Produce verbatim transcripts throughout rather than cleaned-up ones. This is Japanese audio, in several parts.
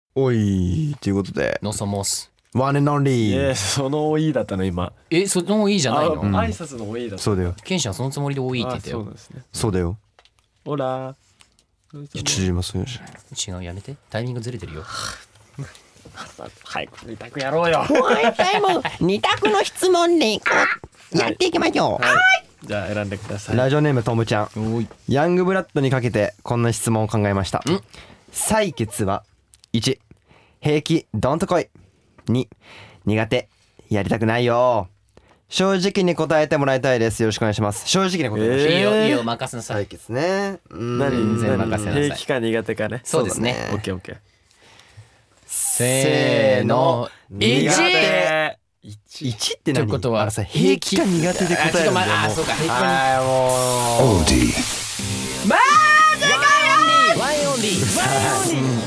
おいということでノソモスワンエンドオンリー。 えー、そのおいだったの今。 え、そのいいじゃないの、 あ挨拶のおいだった。 そうだよケンシはそのつもりで多いって言ったよ。 そうなんですね。 そうだよ。 ほらいやちょっと今そういうのじゃない。 違う、やめて、タイミングずれてるよ。 早く二択やろうよ。 ワンタイム二択の質問にやっていきましょう。 はい。じゃあ選んでください。 ラジオネームとむちゃん。 おい。 ヤングブラッドにかけてこんな質問を考えました。採血はいち平気どんとこい、に苦手やりたくないよ。正直に答えてもらいたいです。よろしくお願いします。正直に答えてほしい。 いいよいいよ、任せなさい。 採血ね。うん何全然任せなさい平気か苦手かね。 そうですね。 オッケーオッケー。 せーの、いち。 苦手。 いちって何？ ということはあのさ平気か苦手で答えるんだよ。 あちょっと待って、あ、そうか、平気か。 はいもう。 マジかよ。ワンオンリー。ワンオンリー。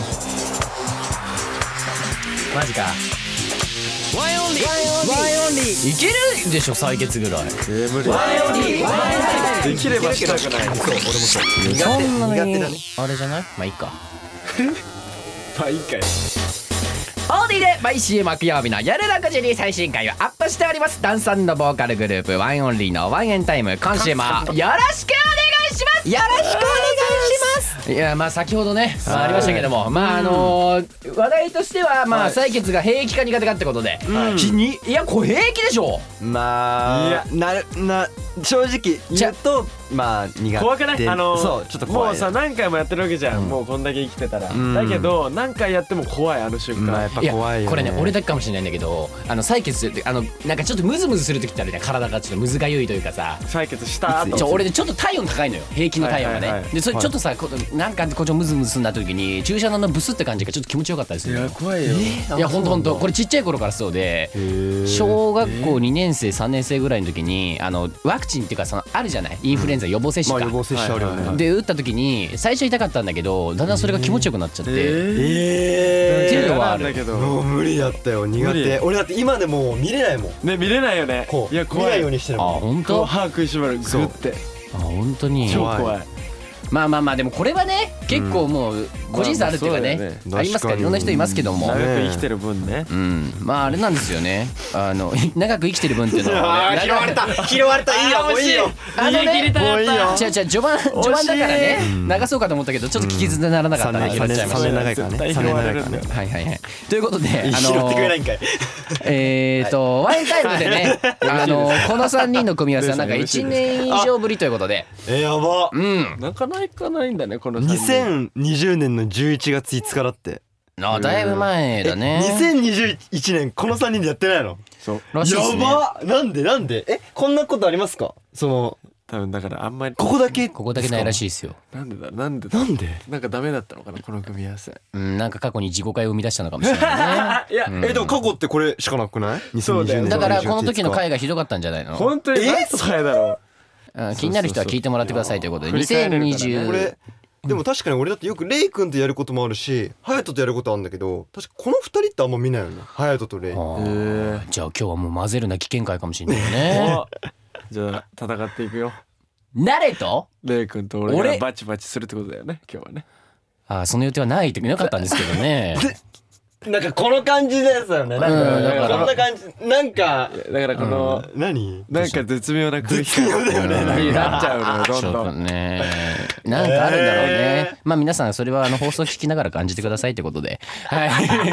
マジか。ワンオンリー。ワンオンリー。いけるでしょ、採血ぐらい。 えー、無理。 ワンオンリー。ワンオンリー。 できればしたくない。 そう俺もそう。 そんなに苦手だね。 あれじゃない？まあいいか。 まあいいかい。 オーディで毎週木曜日の夜ろくじに最新回をアップしております。ダンス&ボーカルグループワンオンリーのワンエンタイム、今週もよろしくお願いします。よろしくお願いします。いや、まあ先ほどね、まあ、ありましたけども、まああのー、話題としてはまあ採血が平気か苦手かってことで、きにいやこれ平気でしょ。 まあいやなるな正直言うとまあ苦手。 怖くない？あのー、 そうちょっと怖い。 もうさ何回もやってるわけじゃん、 うん、 もうこんだけ生きてたら、 うん、 だけど何回やっても怖い、あの瞬間、 まあ、やっぱ怖いよね。 これね俺だけかもしれないんだけど、あの採血ってあのなんかちょっとムズムズする時ってあるじゃん。体がちょっとむずがゆいというかさ、 採血した後ちょ俺でちょっと体温高いのよ、平均の体温がね、 はいはいはいでそれちょっとさ、こなんかこうムズムズすんだ時に注射のあのブスって感じがちょっと気持ちよかったりするのよ。 いや怖いよ、 いやほんとほんとこれちっちゃい頃からそうで、小学校にねん生さんねん生ぐらいの時にあのワクチンっていうかそのあるじゃない、インフルエンザ予防接種か、 まあ予防接種あるよね、 はいはいはい、 で打った時に最初痛かったんだけどだんだんそれが気持ちよくなっちゃって、 えっていうのはあるだけどもう無理だったよ、苦手。俺だって今でも見れないもんね、見れないよね。 こういや怖い見ないようにしてるあもん。 本当こう歯食いしばるグッてあ本当に超怖い。 まあまあまあでもこれはね結構もう個人差あるっていうかね、 まあまあそうだよねありますからいろんな人いますけども、 長く生きてる分ね。 うんまああれなんですよね、あの長く生きてる分っていうのは、ね、 拾われた拾われたいいよもういいよ。 あのねもういいよ。 違う違う序盤序盤だからね流そうかと思ったけどちょっと聞き捨てならなかったね、拾っちゃいました。 さんねん長いからね。さんねん長いからね。 はいはいはいということであ拾ってのくれないんかい。 えーとワインタイムでねあのこのさんにんの組み合わせはなんかいちねん以上ぶりということで、 えやば。 うんなかなかないんだねこのさんにん。 にせんにじゅうねんのじゅういちがついつかだって。 あだいぶ前だね。 にせんにじゅういちねんこのさんにんでやってないの？ そうらしいっすね。 やば。なんでなんでえこんなことありますか？その多分だからあんまりここだけここだけないらしいですよ。 なんでだなんでだなんで？ なんかダメだったのかなこの組み合わせ。 うんなんか過去に自己会を生み出したのかもしれないね。 いやえでも過去ってこれしかなくない？ そうだよにせんにじゅうねんだからこのじゅういちがついつか時の回がひどかったんじゃないの？ 本当に何とかやだろうん気になる人は聞いてもらってくださいということで振り返れるからねにせんにじゅうこれでも確かに俺だってよくレイ君とやることもあるし隼人とやることあるんだけど確かこのふたりってあんま見ないよね、隼人とレイ。 あーじゃあ今日はもう混ぜるな危険回かもしれないね。 う。じゃあ戦っていくよ。 誰と？ レイ君と俺俺がバチバチするってことだよね今日はね。 あーその予定はないってなかったんですけどね。 なんかこの感じですよね。なんか、 うんだからこんな感じなんかだからこの、 何？ なんか絶妙な空気感絶妙だよねになっちゃうのよどちょっとんどん。 ねなんかあるんだろうね、まあ皆さんそれはあの放送聞きながら感じてくださいってことではい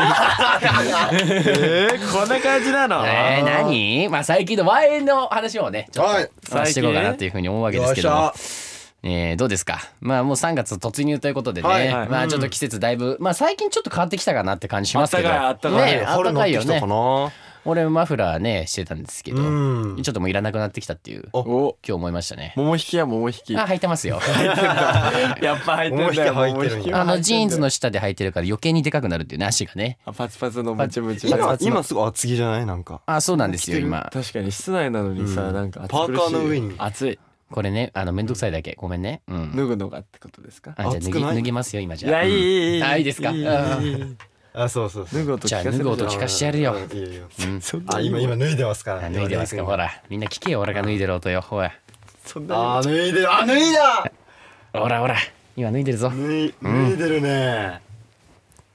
えー、こんな感じなの？ えー、何まあ最近のワインの話をねちょっはいとさしていこうかなっていうふうに思うわけですけどもよっしゃえー、どうですか。まあもうさんがつ突入ということでね、 はいはいまあちょっと季節だいぶまあ最近ちょっと変わってきたかなって感じしますけど、 あったかいあったかいねあっ春たかいよ乗ってきたかね。 な。 俺マフラーねしてたんですけど、 うんちょっともういらなくなってきたっていう今お、 日思いましたね。 桃引きや桃引き。 あ履いてますよ。 やっぱ入ってんだよ。 桃引きは入ってるんや桃引きはあのジーンズの下で履いてるから余計にでかくなるっていうね足がね。 あパツパツのムチムチ。 今パツパツの今すごい厚着じゃないなんか。 あそうなんですよ今。 確かに室内なのにさ、 うんなんか暑苦しい。 パーカーの上に暑い。 これねあのめんどくさいだけごめんね。うん。 脱ぐのがってことですか？ あじゃあ脱ぎ熱くない脱ぎますよ今じゃあ。 いやいいいいいい。 あいいですかいいいいうんいいあそうそうそう。 脱ぐ音聞かせるじゃあ脱ぐ音聞かしてやるよ。 いいよいいよ。 うんそんなあ今今脱いでますから。 あ脱いでますかほらみんな聞けよ俺が脱いでる音よほらそんなあ脱いでるあ脱いだ。 ほらほら今脱いでるぞ。 脱い脱いでるね。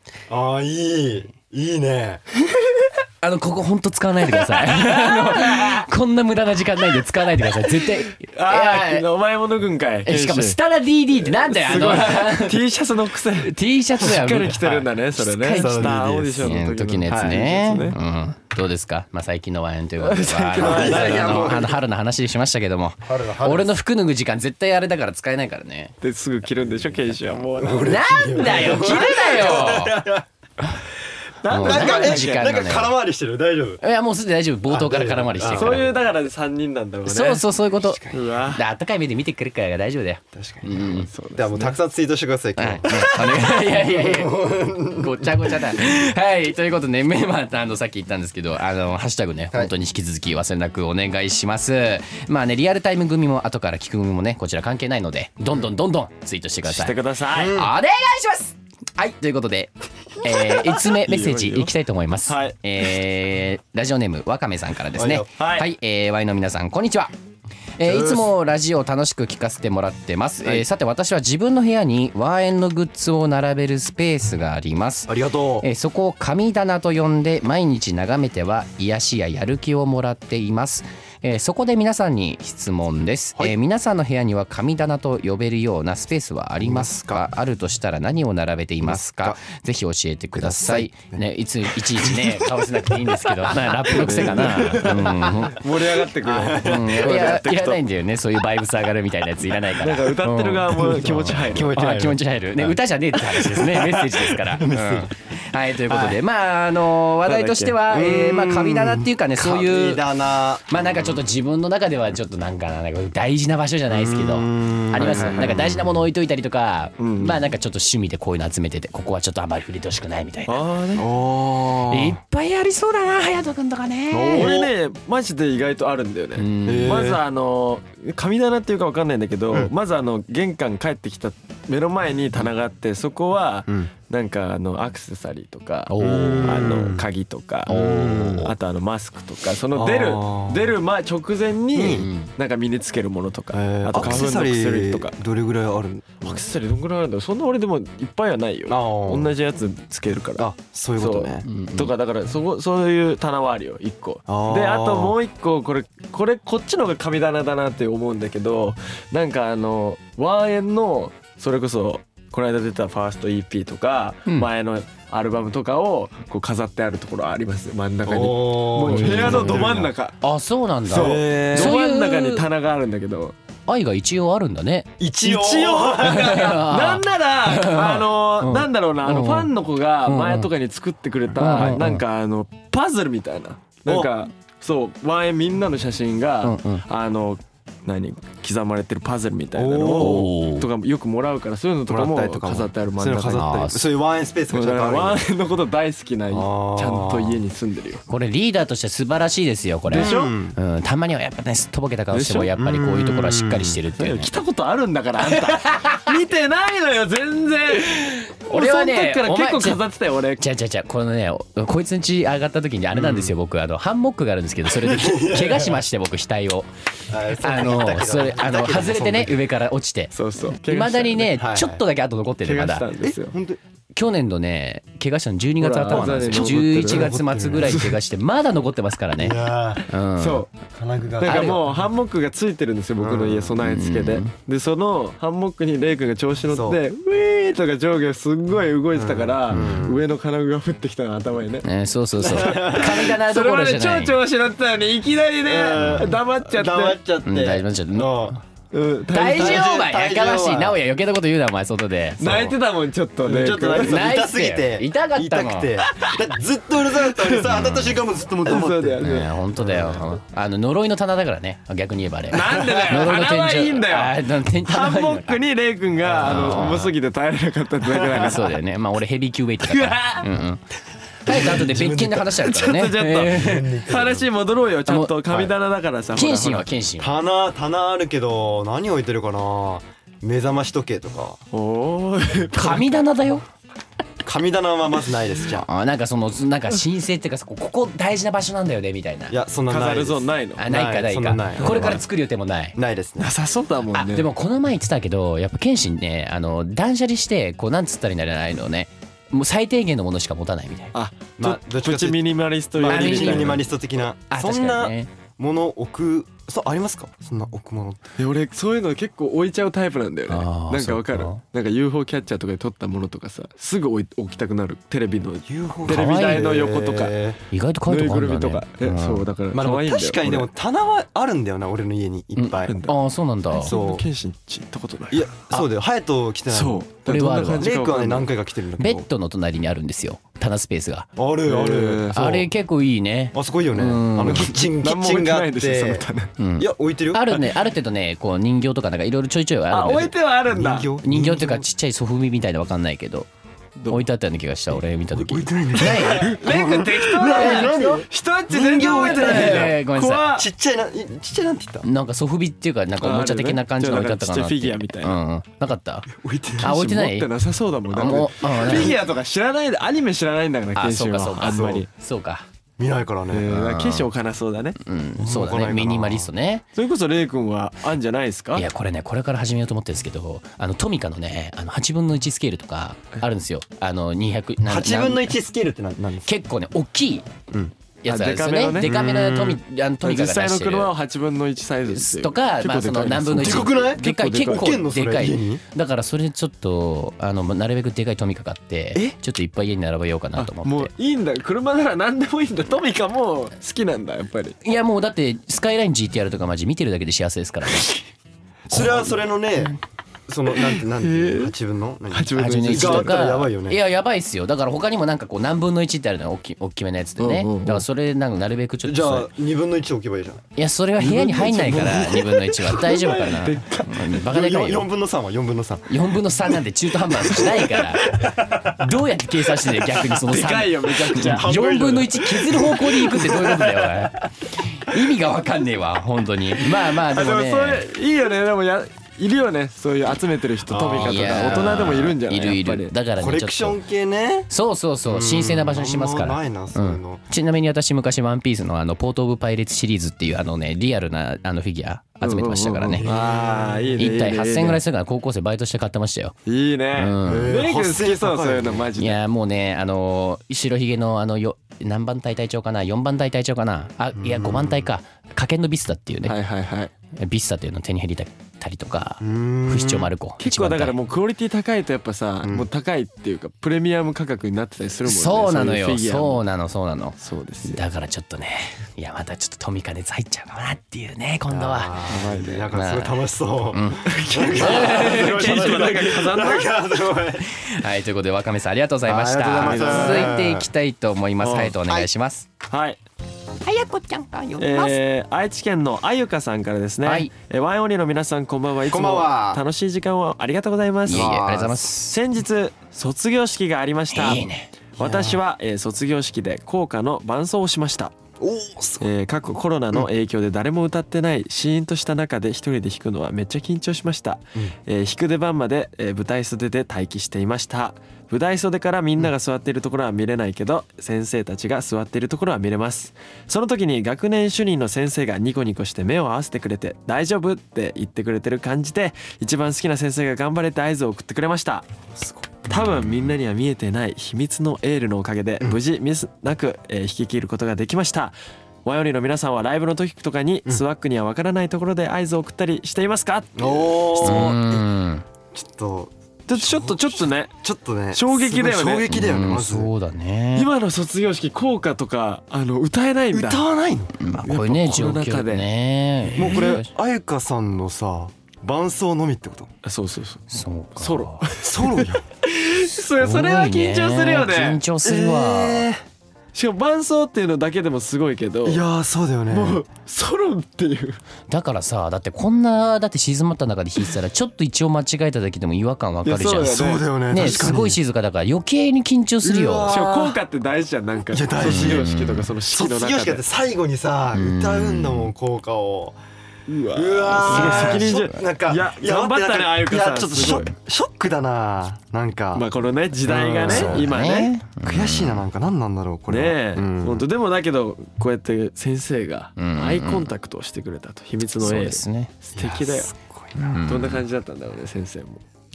あーいいいいね。 あのここほんと使わないでくださいあのこんな無駄な時間ないんで使わないでください絶対。 あいやあお前も脱ぐんかい。 えしかもスタラ ディーディー ってなんだよあの T シャツのくせ T シャツだよしっかり着てるんだねそれね。 しっかり着てるスターオーディションの時時のやつはいね、 ですうん、どうですか、まあ、最近のワインということで最近のワインまああいやもうのあの春の話しましたけども春の春俺の服脱ぐ時間絶対あれだから使えないからね。 ですぐ着るんでしょケイシはもう。 なんだよ着るなよなもうなんか何の時間なのよなんか空回りしてる大丈夫？ いやもうすでに大丈夫冒頭から空回りしてるからそういうだから三人なんだろうね。 そうそうそういうことうわであったかい目で見てくるから大丈夫だよ。 確かに。 うんそうですではもうたくさんツイートしてください今はい、 日。 ねお願いいやいやいやごちゃごちゃだはいということでねメンバーあのさっき言ったんですけどあのハッシュタグね、本当に引き続き忘れなくお願いします。まあねリアルタイム組も後から聞く組もねこちら関係ないのでどんどんどんどんツイートしてください。 してください。 お願いします。はいということで、えー、いつつめメッセージいきたいと思います。 はいえー、ラジオネームわかめさんからですね。 はいはい、えー、ワイの皆さんこんにちは。えーいつもラジオを楽しく聞かせてもらってます、えーさて私は自分の部屋にワーエンのグッズを並べるスペースがあります。 ありがとう。 えーそこを神棚と呼んで毎日眺めては癒しややる気をもらっています。えーそこで皆さんに質問です、えー皆さんの部屋には神棚と呼べるようなスペースはありますか？あるとしたら何を並べていますか？ぜひ教えてください。ね、いついちいちね買わせなくていいんですけどなラップの癖かな、うん盛り上がってくる。 うん、いやいらないんだよねそういうバイブス上がるみたいなやついらないから。 なんか歌ってる側も気持ち入る。 気持ち入るあ気持ち入る、ね、歌じゃねえって話ですねメッセージですから、うんはいということで、まああの話題としては、えーまあ、神棚っていうかねそういう神棚。 まあなんかちょっと自分の中ではちょっとなんかなんか大事な場所じゃないですけどあります。なんか大事なもの置いといたりとか、まあなんかちょっと趣味でこういうの集めててここはちょっとあんまり触れてほしくないみたいな。 ああね。 おいっぱいありそうだな隼人君とかね。 俺ねマジで意外とあるんだよね。 ーまずあの神棚っていうかわかんないんだけど、まずあの玄関帰ってきた目の前に棚があってそこはなんかあのアクセサリーとかあおーの鍵とかーあとあのマスクとかその出るあー出る前直前になんか身につけるものとかあとえーアク花粉のセサリ薬とか。 ーどれぐらいある？ アクセサリーどんぐらいあるんだろう。そんな俺でもいっぱいはないよ。 あー同じやつつけるから。 あそういうことね。 そうとかだからそこそういう棚はあるよ一個あーであともう一個これこれこっちのが神棚だなって思うんだけどなんかあのワンエンのそれこそこの間出たファースト イーピー とかうん前のアルバムとかをこう飾ってあるところあります真ん中におーもう部屋のど真ん中あそうなんだ。 そうへーど真ん中に棚があるんだけど愛が一応あるんだね。 一応一応なんならあのうんなんだろうなあうんのファンの子が前とかに作ってくれうんたなんかあのパズルみたいななんかそうワンエンみんなの写真がうんうんあの何刻まれてるパズルみたいなのをおーとかよくもらうからそういうのとかももらったりとかも飾ってある真そういうのん中に飾ったりあーそういうワンエンスペースがちそうだからゃんとあるワンエンのこと大好きなちゃんーと家に住んでるよ。 これリーダーとして素晴らしいですよこれ。 でしょうんうん、たまにはやっぱねすっとぼけた顔してもでしょやっぱりこういうところはしっかりしてるっていうね。 来たことあるんだからあんた見てないのよ全然。 俺はねその時から結構お前飾ってたよ俺。 じゃあじゃあじゃあこのねこいつん家上がった時にあれなんですよ、僕あのハンモックがあるんですけどそれで怪我しまして僕額をあのそれあの外れてね上から落ちてそうそういまだにねはいはいちょっとだけ後残ってるま怪我しただんですよ。 本当に去年のね怪我したのじゅうにがつ頭なんですよ。 ほらじゅういちがつ末ぐらいに怪我してまだ残ってますからねい。やうん、 そう金具がだからもうハンモックがついてるんですよ僕の家備え付けで。でそのハンモックにレイ君が調子乗ってウィーとか上下すっごい動いてたから上の金具が降ってきたの頭にね。 ね、そうそうそう神棚どこそれまでろじゃない。 超調子乗ってたのにいきなりね黙っちゃって。 黙っちゃってうん大丈夫大丈夫のうん大丈夫お前大丈夫やかましい直哉余計なこと言うなお前外で。 泣いてたもんちょっとね。 ちょっとなんか泣いて痛すぎて痛かったもん痛くてだってずっとうるさかったのにさ当たった瞬間もずっともう黙ってそうだよね。 ね本当だよ。あの呪いの棚だからね逆に言えばあれ。 なんでだよ呪いの棚はいいんだよあの天井ハンモッ棚はいいのかクにレイ君があの重すぎて耐えれなかったってだけだから。 そうだよね。まあ俺ヘビー級ウェイトだから。うんうん。はい後で別件で話しちゃうからね。 ちょっとちょっとえー話戻ろうよちゃんと神棚だからさ。ほら謙信ほらは謙信。 棚棚あるけど何置いてるかな。目覚まし時計とかおー神棚だよ。 神棚はまずないですじゃあ。 あなんかそのなんか神聖っていうかさここ大事な場所なんだよねみたいな。 いやそんなないです飾るゾーンないの。 あないかないかそんなないこれから作る予定もない。 ないですねなさそうだもんね。 あでもこの前言ってたけどやっぱ謙信ねあの断捨離してこうなんつったらいいんだろうなああいうのねもう最低限のものしか持たないみたいな。 あ、 まあどっちプチミニマリストよりみたいな。 ミニマリスト的な。 あ、 そんな確かにね。 もの置く、そうありますか？そんな置くものって。 え俺そういうの結構置いちゃうタイプなんだよね。 あーなんかわかるそうか。 なんか ユーフォー キャッチャーとかで撮ったものとかさ、すぐ置い置きたくなる。テレビのユーフォーテレビ台の横とか、 へ意外と可愛いとこあるんだね。 ぬいぐるみとか。え、 うんそうだからーまあでも可愛いんだよ。 確かにでも棚はあるんだよな、俺の家にいっぱい。 うんああ、そうなんだ。 俺そうケンシンち行ったことない。 いやそうだよ、隼人来てないそう。 俺はあるわどんな感じレイ君はねかわかんない何回か来てるんだけど。 ベッドの隣にあるんですよ、棚スペースが。 あるある。 そうあれ結構いいね。 あそこいいよね。あうんのキッチンキッ何も置いてチンがあっないですよそのて。 棚。 うんいや置いてるよ。 あるね、ある程度ね、こう人形とかなんかいろいろちょいちょいはああ、 るんだよ。 置いてはあるんだ。 人形人形っていうかちっちゃいソフビみたいなわかんないけどどう置いてあったような気がした、俺見た時。 置いてないんだよ。 レイ君適当だよ。人んち全然置いてないじゃん。 えーごめんなさい。 怖っ。 ちっちゃいな、ちっちゃいなんて言った？ なんかソフビっていうかなんかおもちゃ的な感じの置いてあったかなって。 ちっちゃいフィギュアみたいな。 うんうん。なかった？ 置いてない。 あ、置いてない持って。なさそうだもん。だってあもうフあィギュアとか知らないで、アニメ知らないんだからあ、 ケンシンそうかそうか。 はあんまり。 そうか。 見ないからね。 えーだからケンシン置かなそうだね。 うん、そうだね。 わかんないかなミニマリストね。 それこそレイ君はあんじゃないですか。 いやこれね、これから始めようと思ってるんですけど、あのトミカのね、あのはちぶんのいちスケールとかあるんですよ。あのにひゃくなはちぶんのないちスケールって何なんですか？ 結構ね大きいうんやつあるんですよね。 あデカめのねデカめのトミあのトミカ実際のが出してる車ははちぶんのいちサイズですよ。 とか、 結構まあそのでかい何分のいちでかくないでかい、結結構構置けんのそれでかい家に。 だからそれちょっとあのなるべくでかいトミカ買ってちょっといっぱい家に並べようかなとあもう思って。 いいんだ。車なら何でもいいんだ。トミカも好きなんだやっぱり。 いやもうだってスカイライン ジーティーアール とかマジ見てるだけで幸せですからね。 それはそれのね、そのなんてなんてはちぶんの何はちぶんのはちぶんのいちとがあったらかやばいよね。 いややばいっすよ。だから他にもなんかこう何分のいちってあるの大き大きめのやつでね、 うんうんうんだからそれなんかなるべくちょっとじゃそあにぶんのいち置けばいいじゃん。 いやそれは部屋に入んないからにぶんのいちは大丈夫かな。うんバカでかいよんよ。 ぶんのさんはよんぶんのさん。 よんぶんのさんなんて中途半端なしないからどうやって計算してんだよ逆にそのさん。 でかいよめちゃくちゃ。 よんぶんのいち削る方向に行くってどういうことだよおい。意味がわかんねえわ本当に。まあまあであでももねそれいいよね。でもやいるよね。そういう集めてる人トミカといやーか大人でもいるんじゃない。 いるいやっぱりる。だからコねちょっとレクション系ね。 そうそうそう神聖な場所にしますから。 あんまないなそういうの。 ちなみに私昔ワンピースのあのポートオブパイレーツシリーズっていうあのねリアルなあのフィギュア集めてましたからね。 ああいいね。 一体はっせんえんぐらいする。 るから高校生バイトして買ってましたよ。 いいね。 うんレイ君好きそうはっせんえん高いそういうのマジで。 いやもうねあの白ひげのあのよ何番隊隊長かなよんばん隊隊長かなあいやごばん隊か火剣のビスタっていうね、 はいはいはい。 ビスタっていうのを手に入れたりとかん不死鳥マルコ結構だからうもうクオリティ高いとやっぱさ、 んもう高いっていうかプレミアム価格になってたりするもんね。 そうなのよいフィギュアもそうなのそうなのそうですよ。 だからちょっとねいやまたちょっとトミカ熱入っちゃうかなっていうね今度は。 あーなんかすごい楽しそう。 うんケンシンなんか飾んない。 はいということでわかめさんありがとうございましありがとうた。 ございます続いていきたいと思います。 うんはいとお願いします。 はい。 はやこちゃんが読みます。 えー、愛知県のあゆかさんからですね、 はいえーワインオンリーの皆さんこんばんはいつこんばんもは楽しい時間をありがとうございます。 いえいえありがとうございます。 先日卒業式がありました。 いいね。 私は、えー卒業式で校歌の伴奏をしました。 おおすごい。 えー、各コロナの影響で誰も歌ってないシーンとした中で一人で弾くのはめっちゃ緊張しました、えー弾く出番まで、えー舞台袖で待機していました。舞台袖からみんなが座っているところは見れないけど、先生たちが座っているところは見れます。その時に学年主任の先生がニコニコして目を合わせてくれて大丈夫って言ってくれてる感じで、一番好きな先生が頑張れって合図を送ってくれました。多分みんなには見えてない秘密のエールのおかげで無事ミスなく、えー弾き切ることができました。ワイオリの皆さんはライブの時とかにスワックにはわからないところで合図を送ったりしていますか？ お質問うんちょっとちょちょっとちょっとね、 ちょっとね衝撃だよねすごい衝撃だよねうんまず。 そうだね。 今の卒業式校歌とかあの歌えないんだ。 歌わないの？ まあこういうねやっぱ状況コロナ禍ででね。 もうこれあゆかさんのさ伴奏のみってこと？ あそうそうそう。 そうかソロソロや。 それそれは緊張するよね。 緊張するわ。 えしかも伴奏っていうのだけでもすごいけど、 ーいやーそうだよね。 もうソロっていう。 だからさだってこんなだって静まった中で弾いてたらちょっと一応間違えただけでも違和感わかるじゃん。 いやそうだよね。 ね確かにすごい静かだから余計に緊張するようわ。 しかも校歌って大事じゃん。なんかいや大事卒業式とかその式の中で。 卒業式だって最後にさうん歌うんだもん効果を。 うわうわーすげえ責任じゃなんかいや頑張ったねあゆかさん。 いやちょっとショすごいショックだななんか、 まあこのね時代がねそうだ今ね。 悔しいななんか何なんだろうこれねは。 え、 うん本当でもだけどこうやって先生がうんアイコンタクトをしてくれたと秘密のそうエール、 ですね。 素敵だよ。 すごいな。 うんどんな感じだったんだろうね先生も。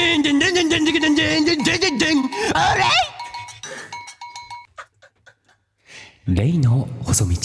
でんでんでんでんでんでんでんでんでんでんでんでん。あれ？ レイの細道。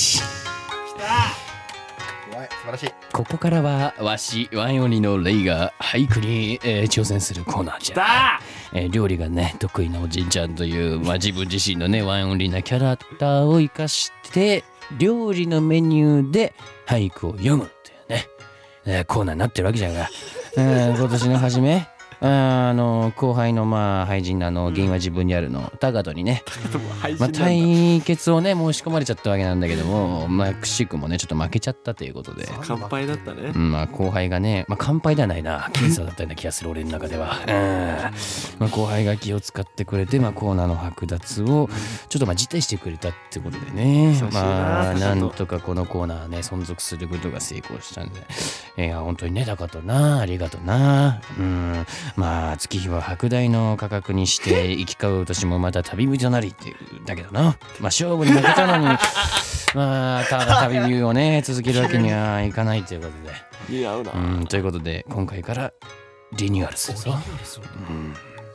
怖い、素晴らしい。 ここからはわしワインオンリーのレイが俳句に、えー挑戦するコーナーじゃ。 だえー料理がね得意なおじいちゃんという、まあ、自分自身のねワインオンリーなキャラクターを生かして料理のメニューで俳句を読むっていうね、えーコーナーになってるわけじゃが、えー今年の初めあの後輩のまあ俳人のあの原因は自分にあるのタガトにね、まあ、対決をね申し込まれちゃったわけなんだけども、まあくしくもねちょっと負けちゃったということで、 乾杯だったね。 うん、まあ後輩がね、まあ乾杯ではないな、僅差だったような気がする俺の中では。うん、まあ後輩が気を使ってくれて、まあコーナーの剥奪をちょっとまあ辞退してくれたってことでね、まあなんとかこのコーナーね存続することが成功したんで、いや本当にねだかとな、ありがとな。うん、まあ月日は白代の価格にして行き交う年もまた旅人なりっていうだけどな、まあ勝負に負けたのにまあただ旅人をね続けるわけにはいかないということで、 似合うな。 うん、ということで今回からリニューアルするぞ。うん、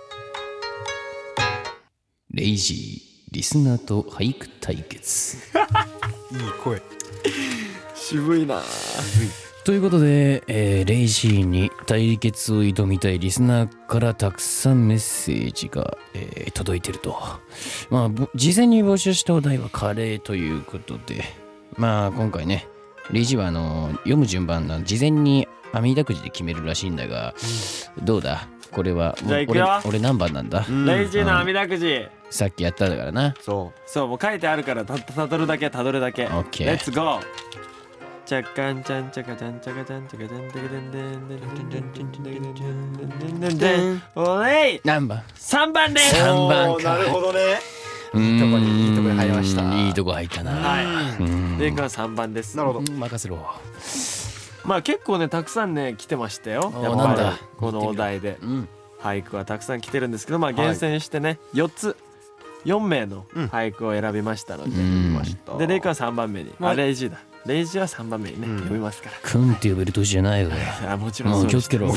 レイジーリスナーと俳句対決いい声。 渋いな。 ということで、えー、レイジーに対決を挑みたいリスナーからたくさんメッセージが、えー、届いてると。まあ事前に募集したお題はカレーということで、まあ今回ねレイジーはあの読む順番の事前に網だくじで決めるらしいんだが、うん、どうだこれは。 じゃあ行くよ。 俺、俺何番なんだ、 うん、レイジーの網だくじ、 さっきやっただからな。 そうそう、もう書いてあるからたたどるだけたどるだけ。 オッケー、 レッツゴー。ちゃかんちゃんちゃかちゃんちゃかちゃんちゃかちゃんちゃかちゃんでんでんでんでんでんでんでんでんでん。おい何番？ さんばんです。 さんばんか。 なるほどね。いいとこにいいとこに入りました。 いいとこ入ったな。 はい。レイ君はさんばんです。 なるほど。 任せろ。 まあ結構ねたくさんね来てましたよ。やっぱりこのお題で俳句はたくさん来てるんですけど、まあ厳選してねよっつよんめいの俳句を選びましたので、でレイ君はさんばんめに、あレイジーだ。レイジーはさんばんめにね読みますから。 くんって呼べる年じゃないよ。 あもちろんそうです。 気をつけろ。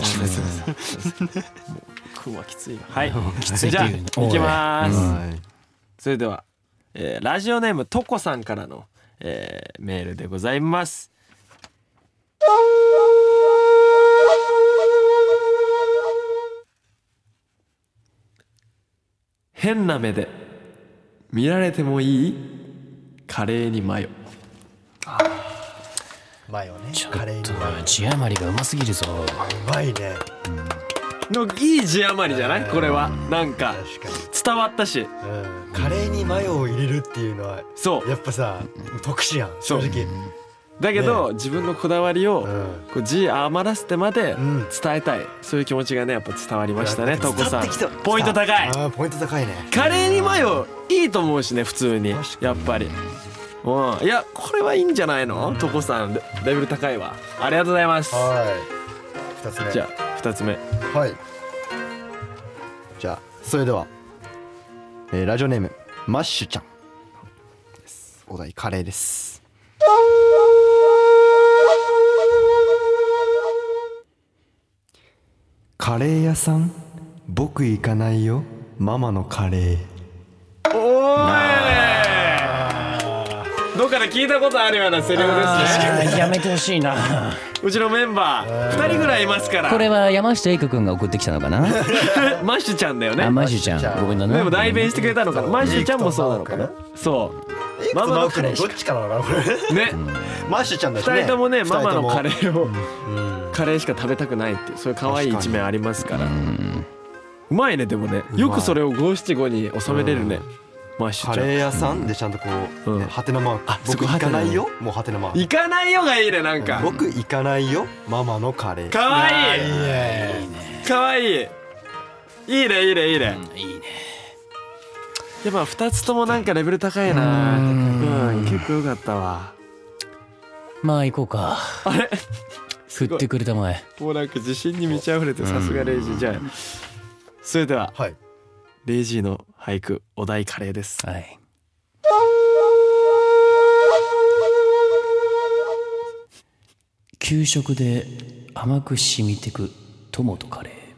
くんはきついよ。はい。きつい。じゃあ行きます。それではラジオネームとこさんからのメールでございます。変な目で見られてもいいカレーにマヨ。 マヨね。 ちょっと字余りがうますぎるぞ。 うまいね。 のいい字余りじゃない？これはなんか伝わったし、 カレーにマヨを入れるっていうのはそうやっぱさ特殊やん正直。 だけど自分のこだわりをこう字余らせてまで伝えたい、そういう気持ちがねやっぱ伝わりましたね。とこさんポイント高い。 あポイント高いね。 カレーにマヨいいと思うしね普通にやっぱり。うん、いやこれはいいんじゃないの？とこさんレベル高いわ。ありがとうございます。 はい。ふたつめ。 じゃあふたつめ。 はい。じゃあそれでは、えー、ラジオネームマッシュちゃんです。お題カレーです。カレー屋さん僕行かないよママのカレー。 おーいどっかで聞いたことあるようなセリフですね。 やめてほしいな。 うちのメンバーふたりぐらいいますから。 これは山下英子くんが送ってきたのかな。 マッシュちゃんだよね。 あマッシュちゃんごめんな。 でも代弁してくれたのかな。マッシュちゃんもそうなのかな。そうママのカレーどっちかなのかなこれね。マッシュちゃんだしね。 ふたりともねママのカレーをカレーしか食べたくないっていうそういう可愛い一面ありますから。うまいね。でもねよくそれを五七五に収めれるね。マッシュちゃんカレー屋さんでちゃんとこうハテナマーク。僕行かないよもうハテナマーク。 行かないよがいいね。なんか僕行かないよママのカレー。 かわいいかわいい。いいねいいねいいねいいね。やっぱふたつともなんかレベル高いな。うん結構よかったわ。 まあ行こうか。 あれ振ってくれたまえ。 もうなんか自信に満ち溢れてさすがレイジー。じゃあそれではレイジーの俳句お題カレーです。 はい。給食で甘く染みてくトマトカレー。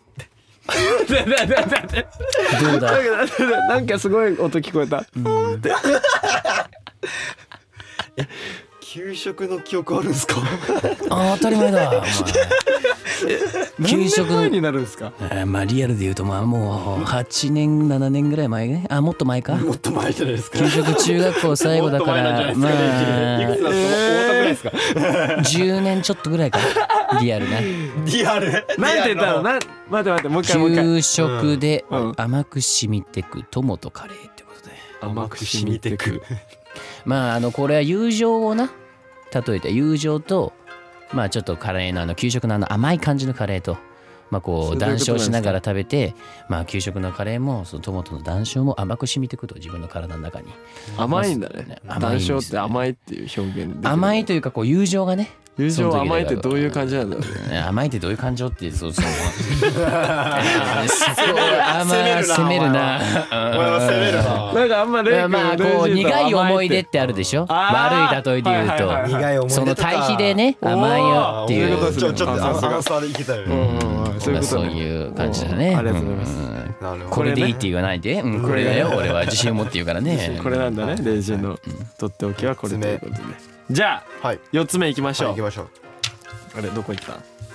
どうだ。 なんかすごい音聞こえた。 給食の記憶あるんですか？ あ当たり前だお前給食の何年前になるんですか？ えーまあリアルで言うとまあもうはちねんななねんぐらい前ね。あもっと前か。 もっと前じゃないですか。 給食中学校最後だからまあいくつだと大田ぐらいですか？ じゅうねんちょっとぐらいかリアルな。 リアル。 なんて言ったの？なん待って待ってもう一回もう一回。 給食でうん甘く染みてく友とカレーってことで、 甘く染みてく。 まああのこれは友情をな例えて友情とまあちょっとカレーのあの給食のあの甘い感じのカレーとまあこそうれどういう談ことなんですか笑しながら食べてまあ給食のカレーもそのトマトの談笑も甘く染みてくと自分の体の中に甘いんだね。 甘いんです談笑って甘いっていう表現で。 甘いというかこう友情がね友情その時甘いってどういう感じなんだろうね。 甘いってどういう感情ってそうそうそこあまあ攻めるな攻めるな。 なんかあんまレイ君まあこう苦い思い出ってあるでしょ。 あー悪い例えで言うはいはいはいと苦い思い出とかその対比でね甘いよっていうおーそういうことですねちょちょっとさすがアンサーでいけたよね。 うんうんうんそういうことそうね。 いう感じだね。 ありがとうございますんなるほど。 これでいいって言わないで、うん、これだよ俺は自信を持って言うからね。 これなんだね。レイジのとっておきはこれということで。じゃあはい。 四つ目いきましょう。 はい行きましょう。 あれどこ行った？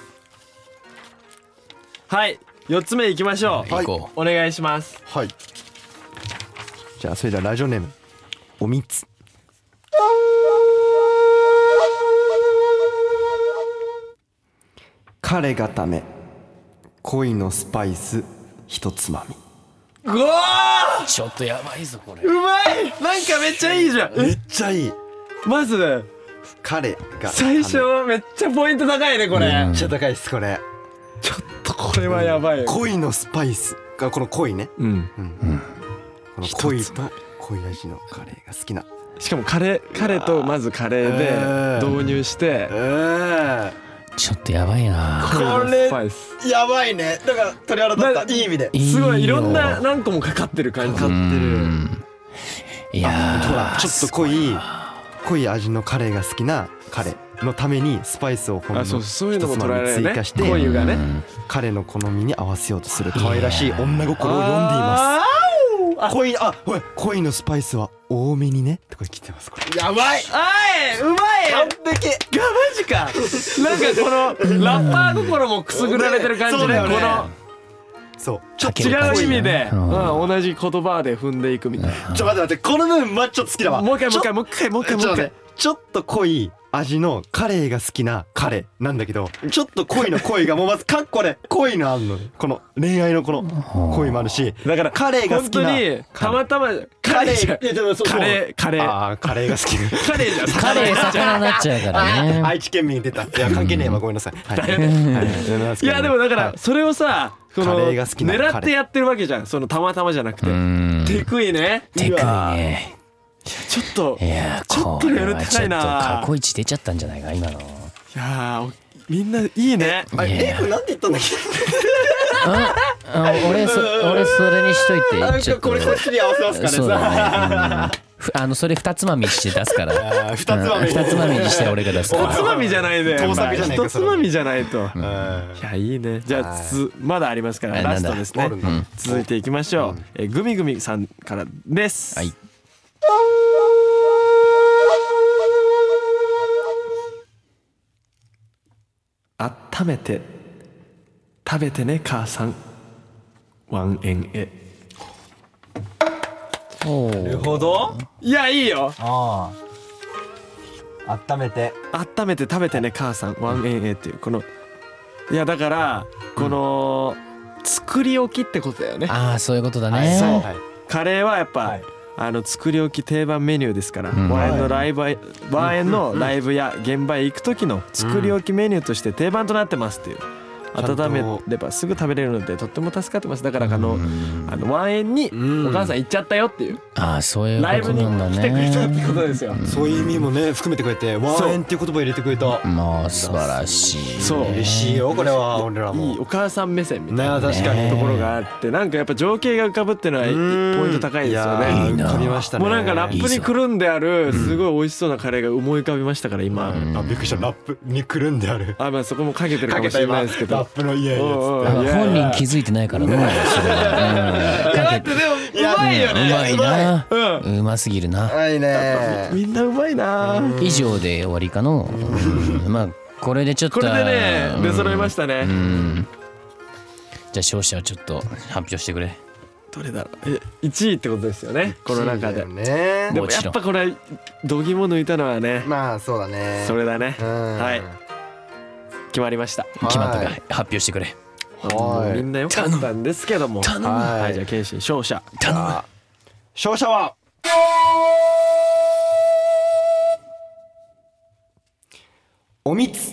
はい四つ目いきましょう。 行こお願いします。 はい。じゃあそれではラジオネームおみつ。彼がため恋のスパイス一つまみ。 うわう。ちょっとやばいぞこれ。 ーうまい。なんかめっちゃいいじゃん。 めっちゃいい。 まずね彼が最初めっちゃポイント高いねこれ。 めっちゃ高いですこれ。 ちょっとこれはやばいよ。 恋のスパイスがこの恋ね。 うん。 この恋と恋味のカレーが好きな。 しかもカレーカレーとまずカレーで導入してえちょっとやばいな。 このスパイスえやばいね。だから鳥肌立ったいい意味で。 すごいいろんなよ何個もかかってる感じ。 かかってる。 うんいやほらーちょっと濃い濃い味のカレーが好きなカレーのためにスパイスをほんのあそうそういうのも一つまみ捉えられるね。 追加して濃いがね。 彼の好みに合わせようとする可愛らしい女心を読んでいまあす。恋あほら恋のスパイスは多めにねってこれ聞いてますこれ。やばい。 ーあいうまい。 完璧。 がマジか。なんかこのラッパー心もくすぐられてる感じで、 そうだよねこのそうかけ違うる感じ意味で、 ううんん、同じ言葉で踏んでいくみたいな。 ちょ待って待ってこの部分まちょっと好きだわ。 もう一回もう一ちょ回もう一回もう一回もう一回ちょっと待ってちょっと濃い味のカレーが好きなカレーなんだけどちょっと恋の恋がもうまずカッコで恋のあんのこの恋愛のこの恋もあるしだからカレーが好本きな当にたまたまカレーじゃんいやでもそうカレーカレーあーカレーが好きなカレーじゃんカレー魚になっちゃうからね。 愛知県民出たいや関係ねえわごめんなさいはいはいいやでもだかはいらそれをさこのカレーが好きな狙ってやってるわけじゃん。そのたまたまじゃなくてうんテクいね。 テクいうわね。 ちょっといやちょっとレベル高いな。 これはちょっと過去一出ちゃったんじゃないか今の。 いやーみんないいね。 あいやレイ君なんて言ったんだっああ俺そ俺それにしといけなんてちょっとかこれこっちに合わせますかねそうださね、うんふあのそれ二つまみして出すからあー二つまみうん二つまみにして俺が出すからおつまみじゃないで盗作じゃないか一つまみじゃないと。 うんいやいいね。じゃあはいつまだありますからえラストですねなんだうん。 続いていきましょう。えーグミグミさんからです。 はい温めて食べてね母さんワンエンへ。 おなるほどいやいいよ。 ああ温めて温めて食べてね母さんワンエンへっていうこのいやだからこの作り置きってことだよね。 ああそういうことだはいそうね。 はいカレーはやっぱ、 はいあの作り置き定番メニューですから、 うんワンエンのライブへワンエンのライブや現場へ行く時の作り置きメニューとして定番となってますっていう。 ちゃんと温めればすぐ食べれるのでとっても助かってます。だからあのあのワンエンにうんお母さん行っちゃったよっていうああそういうライブにことなんだ来てくれたっね。 てことですよ。 そういう意味もね含めてくれてワンエンっていう言葉入れてくれたまあ素晴らしい。 そう嬉しいよこれは俺らもいいお母さん目線みたいなね確かにところがあってなんかやっぱ情景が浮かぶっていうのはポイント高いですよやーね。 いいな浮かびましたねもうなんかラップにくるんであるすごい美味しそうなカレーが思い浮かびましたから今。 あびっくりしたラップにくるんであるあまあそこもかけてるかもしれないですけど。 ラップの家おうおうやつなんか本人気づいてないからね。それはうんかけていや待ってでもうまいよね。 うまいな。 ううますぎるな。 はいね。 みんなうまいな。 以上で終わりかの。うんまあこれでちょっとこれでね出揃いましたね。 うん。じゃあ勝者をちょっと発表してくれ。 どれだろう。えいちいってことですよねこの中で。 ね。 でもやっぱこれ度肝抜いたのはねまあそうだね。 それだね。 うんはい決まりました。 決まったかはい発表してくれ。 はいみんな良かったんですけども。 頼むはいはいじゃあ謙信勝者。 頼む。 勝者はおみつ。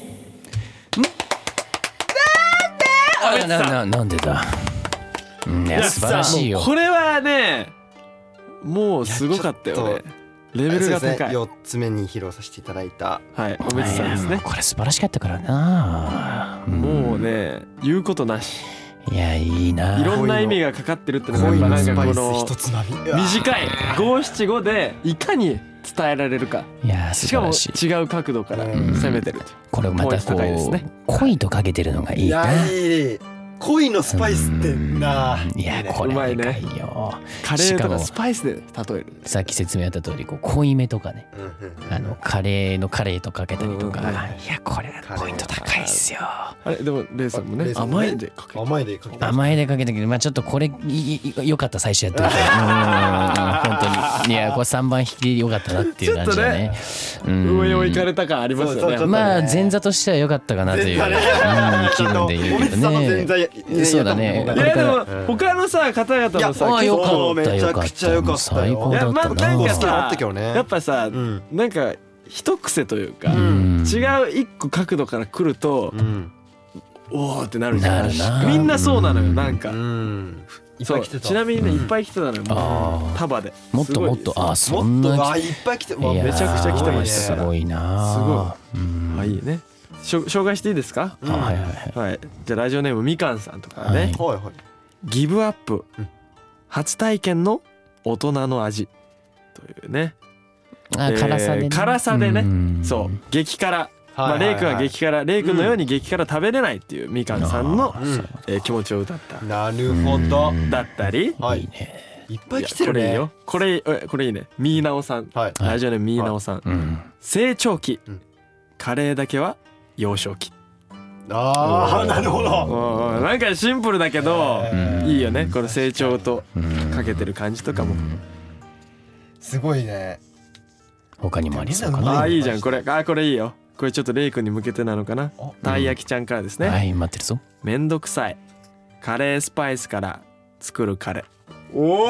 あなななんでだ。うんいや素晴らしいよ。 これはねもうすごかったよねいやちょっと。 レベルが高い。 よっつめに披露させていただいた。 はいおみつさんですね。 これ素晴らしかったからな。 もうね言うことなし。 いやいいな。 いろんな意味がかかってるってのがやっぱなんかこのつまみ。 短い五七五でいかに伝えられるか。 いや素しかも晴らしい。 違う角度からうん攻めてる。 これまたこポイント高いですねう恋とかけてるのがいいな。 いやいい。恋のスパイスってな。 いやこれはでかいよ。 カレーとかしかもスパイスで例える。 さっき説明あった通りこう濃いめとかね、あのカレーのカレーとかけたりとか、 うんうんいやこれポイント高いっすよ。 あれでもレイさんもねレイさんも甘いでかける。 甘いでかけて。 甘いでかけたけどまあちょっとこれいいよかった最初やってみて。うん本当にいやこれさんばん引きでよかったなっていう感じだね。うん上を行かれた感ありますよね。 そうそうまあ前座としては良かったかなという、うん、気分でいるけどね。そうだね。 いやでも他のさ方々もさあよかそうっためちゃくちゃ良かったよ。 最高いやまあだったな。 なんか好きなのあさったけどねやっぱさんなんか一癖というかん違う一個角度から来るとうん。 おーってなるじゃん。 なるなみんなそうなのよなんか。 うん。いっそうぱい来てた。 ちなみにねいっぱい来てたのよあもうー束で。 もっともっとあそんなもっとあいっぱい来て。 いやめちゃくちゃ来てましたすごいな。 すごい。うんあいいね。しょ紹介していいですか。 あはいはいはい。 はいじゃあラジオネームみかんさんとかはいね。 はいはい。 ギブアップうん初体験の大人の味というね。 あ辛さでね。 えー辛さでねんそう激辛。まあはいはいはいレイ君は激辛レイ君のように激辛食べれないっていうみかんさんのあうん。 えー気持ちを歌ったなるほど。 うんだったり。 はいい。 いね。 いっぱい来てるね。 いやこれいいよこれえこれいいねみーなおさんはい。 ラジオネームみーなおさんうん。 成長期うんカレーだけは幼少期。 ああなるほど。 うんうんなんかシンプルだけどうんいいよねこの成長とうんかけてる感じとかも。 すごいね。 他にもありそうかうんな。 ああいいじゃんこれあこれいいよこれちょっとレイ君に向けてなのかな。たい焼きちゃんからですね。 はい待ってるぞ。 めんどくさいカレースパイスから作るカレー。 お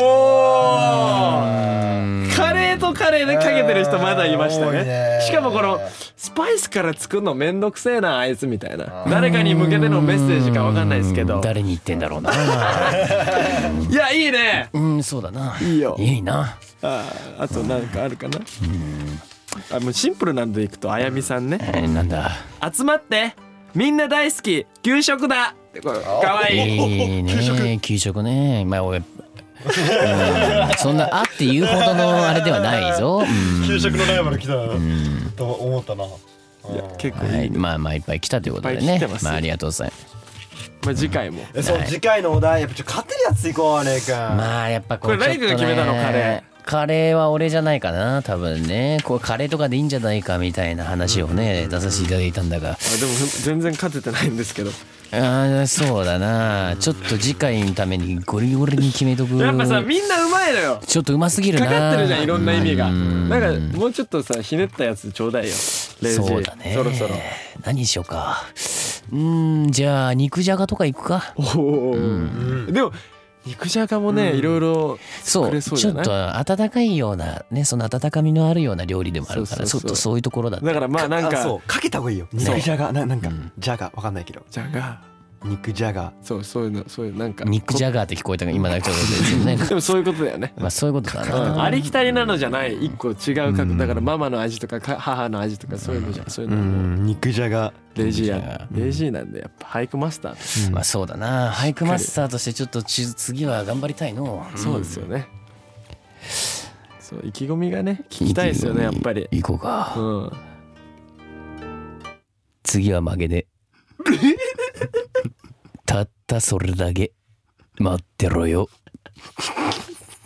うんカレーとカレーでかけてる人まだいました多いねね。 しかもこのスパイスから作るのめんどくせえなあいつみたいなあー誰かに向けてのメッセージかわかんないですけど。 誰に言ってんだろうな。 いやいいねうんそうだな。 いいよ。 いいな。 あーあとなんかあるかな。あもうシンプルなんでいくとあやみさんね。 えーなんだ。 集まってみんな大好き給食だってこれかわいい。 いいね給食ね。まあ俺。うんそんなあっていうほどのあれではないぞ。うん給食のライバル来たと思ったな。 いや結構はいい、 いね。 まあまあいっぱい来たということでいっぱいね来てますよまあありがとうございます。 まあ次回も。 えそう次回のお題やっぱちょっと勝てるやついこうねか。 まあやっぱこうこれライクが決めたのちょっとねカレカレーは俺じゃないかな多分ねこうカレーとかでいいんじゃないかみたいな話をね出させていただいたんだがあでも全然勝ててないんですけど。 あーそうだなちょっと次回のためにゴリゴリに決めとくやっぱさみんなうまいのよ。 ちょっとうますぎるなかかってるじゃんいろんな意味が。 うんなんかもうちょっとさひねったやつちょうだいよ。レイジそうだねそろそろ。 何にしようかうーんじゃあ肉じゃがとかいくかおお。でも肉じゃがもねいろいろそ作れうちょっそうじゃない。 と温かいようなねその温かみのあるような料理でもあるからちそうそうそうょっとそういうところだっただからまあなんあかそうかけた方がいいよ。肉じゃがななんかじゃがわかんないけどじゃが肉じゃが。 そうそういうのそういうなんか肉じゃがって聞こえたが今だけちょっとですよねでもそういうことだよね。 まあそういうことだうんなありきたりなのじゃない一個違う角度だからママの味とかか母の味とかそういうのじゃんそういううのもん肉じゃが。 レジや肉じゃがレジなんでやっぱ俳句マスターとまあそうだな俳句マスターとしてちょっとち次は頑張りたいのそうですよね。そう意気込みがね聞きたいですよねやっぱり。 行こうかうん。 次は曲げでたったそれだけ待ってろよ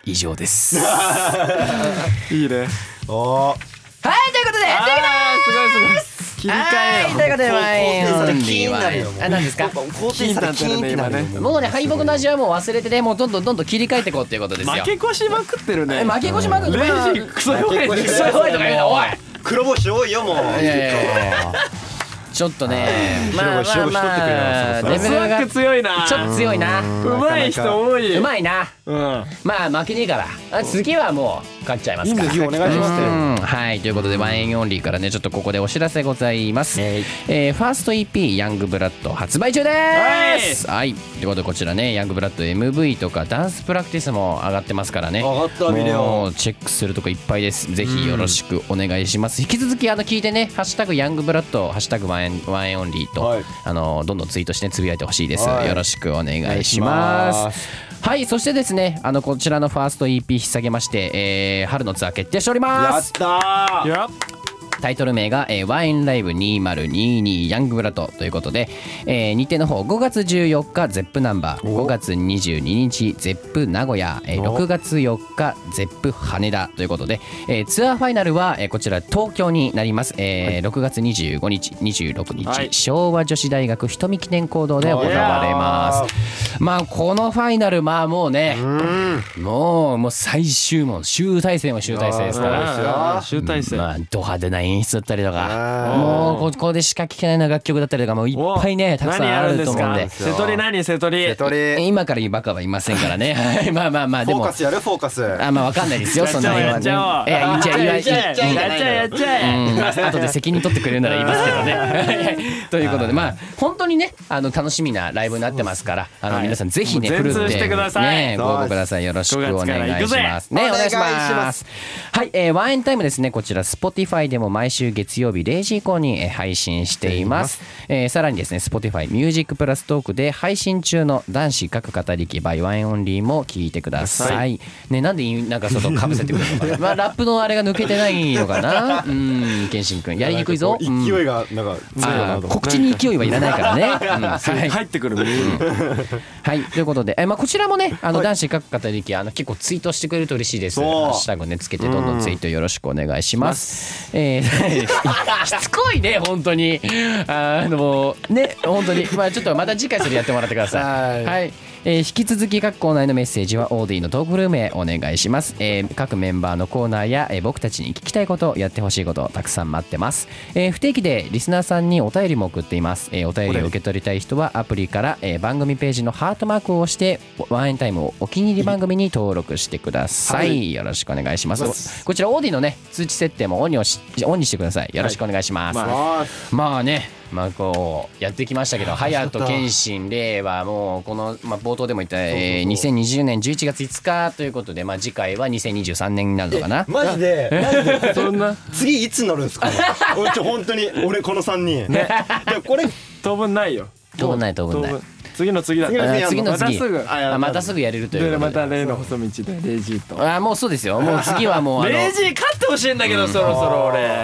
以上ですいいね。 おーはいということでやっていきますすごいすごい。切り替えはいということでワインオンリー気になるよワインあ何ですか肯定されキーンってなるよもうね敗北の味はもう忘れてねもうどんどんどんどん切り替えていこうっていうことですよ負け越しまくってるね。 え負け越しまくってレイジクソ弱い。 負け越しクソ弱いとか言うなおい黒星多いよもう。 いやいやいやちょっとねまあまあ白星取ってくれよまあそろそろレベルがスワック強いな。 ちょっと強いなうまい人多い。 うまいなうん。 まあ負けねえからあ次はもう勝っちゃいますから次お願いしますよ。 うんはいということでワインオンリーからねちょっとここでお知らせございます、えーファースト イーピー ヤングブラッド発売中ですはいということでこちらねヤングブラッド エムブイ とかダンスプラクティスも上がってますからね上がったビデオ。 もうチェックするとこいっぱいですぜひよろしくお願いします引き続きあの聞いてねハッシュタグヤングブラッドハッシュタグワインワインオンリーと、 はいあのどんどんツイートしてつぶやいてほしいです、 はいよろしくお願いしお願ますいしますはいそしてですねあのこちらのファースト イーピー引っ提げまして、えー春のツアー決定しておりやっますたー。 やっタイトル名が、えーワインライブにせんにじゅうにヤングブラッドということで、えー日程の方ごがつじゅうよっかゼップナンバーごがつにじゅうににちゼップ名古屋、えーろくがつよっかゼップ羽田ということで、えーツアーファイナルは、えーこちら東京になります、えーろくがつにじゅうごにちにじゅうろくにち、 はい昭和女子大学瞳記念講堂で行われますまあこのファイナルまあもうねもうもう最終問集大成も集大成ですからた。集大成。 まあド派手な演出だったりとかあーもうここでしか聴けないような楽曲だったりとかもういっぱいねたくさんあると思うんで瀬戸り何瀬戸り。 瀬戸り。 今から言うバカはいませんからねはいまあまあまあでもフォーカスやるフォーカス。 あまあわかんないですよそんなやっちゃおうはねいや言っちゃう言っちゃうやっちゃえやっちゃえやっちゃえ。 うんまあ後で責任取ってくれるなら言いますけどねということでまあ本当にねあの楽しみなライブになってますからあのはい皆さんぜひねもうフル全通してくださいねご応募くださいよろしくお願いしますねお願いしお願いしまますはいえーワンエンタイムですねこちら Spotify でも毎週月曜日れいじ以降にえー配信していますえーさらにですね Spotify ミュージックプラストークで配信中の男子各語りき by ワンオンリーも聞いてくださいねなんでなんかちょっとかぶせてくるのかなまあラップのあれが抜けてないのかなうん健信君やりにくいぞうん勢いがなんか強いかなと思って。 あー告知に勢いはいらないからね。うんはい、 入ってくる耳に。 はい、ということで、えまあ、こちらもね、あの男子各方力あの結構ツイートしてくれると嬉しいです。ハそうッシュタグねつけてどんどんツイートよろしくお願いします。えー、しつこいね本当に。あのね本当にまあちょっとまた次回それやってもらってください。 はいはい。えー引き続き各コーナーへのメッセージはオーディのトークルームへお願いします、えー各メンバーのコーナーや、えー僕たちに聞きたいことやってほしいことたくさん待ってます、えー不定期でリスナーさんにお便りも送っています、えーお便りを受け取りたい人はアプリから、えー番組ページのハートマークを押してワンエンタイムをお気に入り番組に登録してください、 はいよろしくお願いしますこちらオーディのね通知設定もオンに押しオンにしてくださいよろしくお願いします、 はいあまあねまあこうやってきましたけど隼人謙信令和もうこの、まあ、冒頭でも言った、えーにせんにじゅうねんじゅういちがついつかということで、まあ、次回はにせんにじゅうさんねんになるのかなーマジでマジでそんな次いつになるんですか。俺ちょ本当に俺この三人。ね。でこれ当分ないよ。 当分ない当分ない次の次だった次のあ次の次またすぐあまたすぐやれるというでことでまた例の細道でレイジーとあもうそうですよもう次はもうあのレイジー勝ってほしいんだけどそろそろ俺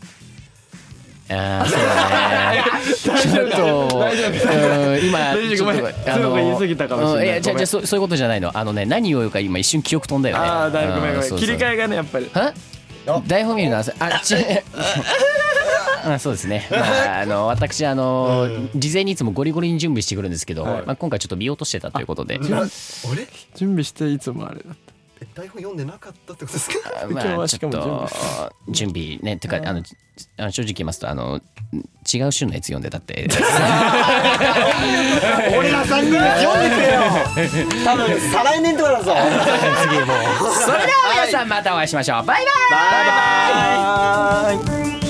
あーそうだねちょっとうん今レイジごめんちょっとあ強く言い過ぎたかもしれないうんいやじゃあごめんじゃあそそういうことじゃないのあのね何を言うか今一瞬記憶飛んだよねああだいぶごめんごめうんそうそうん切り替えがねやっぱりは台本見るのはあちあそうですね、まあ、あの私あの、事前にいつもゴリゴリに準備してくるんですけど、 はいまあ、今回ちょっと見落としてたということであれ準備していつもあれだったえ台本読んでなかったってことですか。 ま今日はあちょっしかもと準備ねてかあのあの正直言いますとあの違う種のやつ読んでたって俺ら三人読んでくれよ。多分再来年とかだぞ。次もう。 それでは皆さんまたお会いしましょうバイバイバイバイ。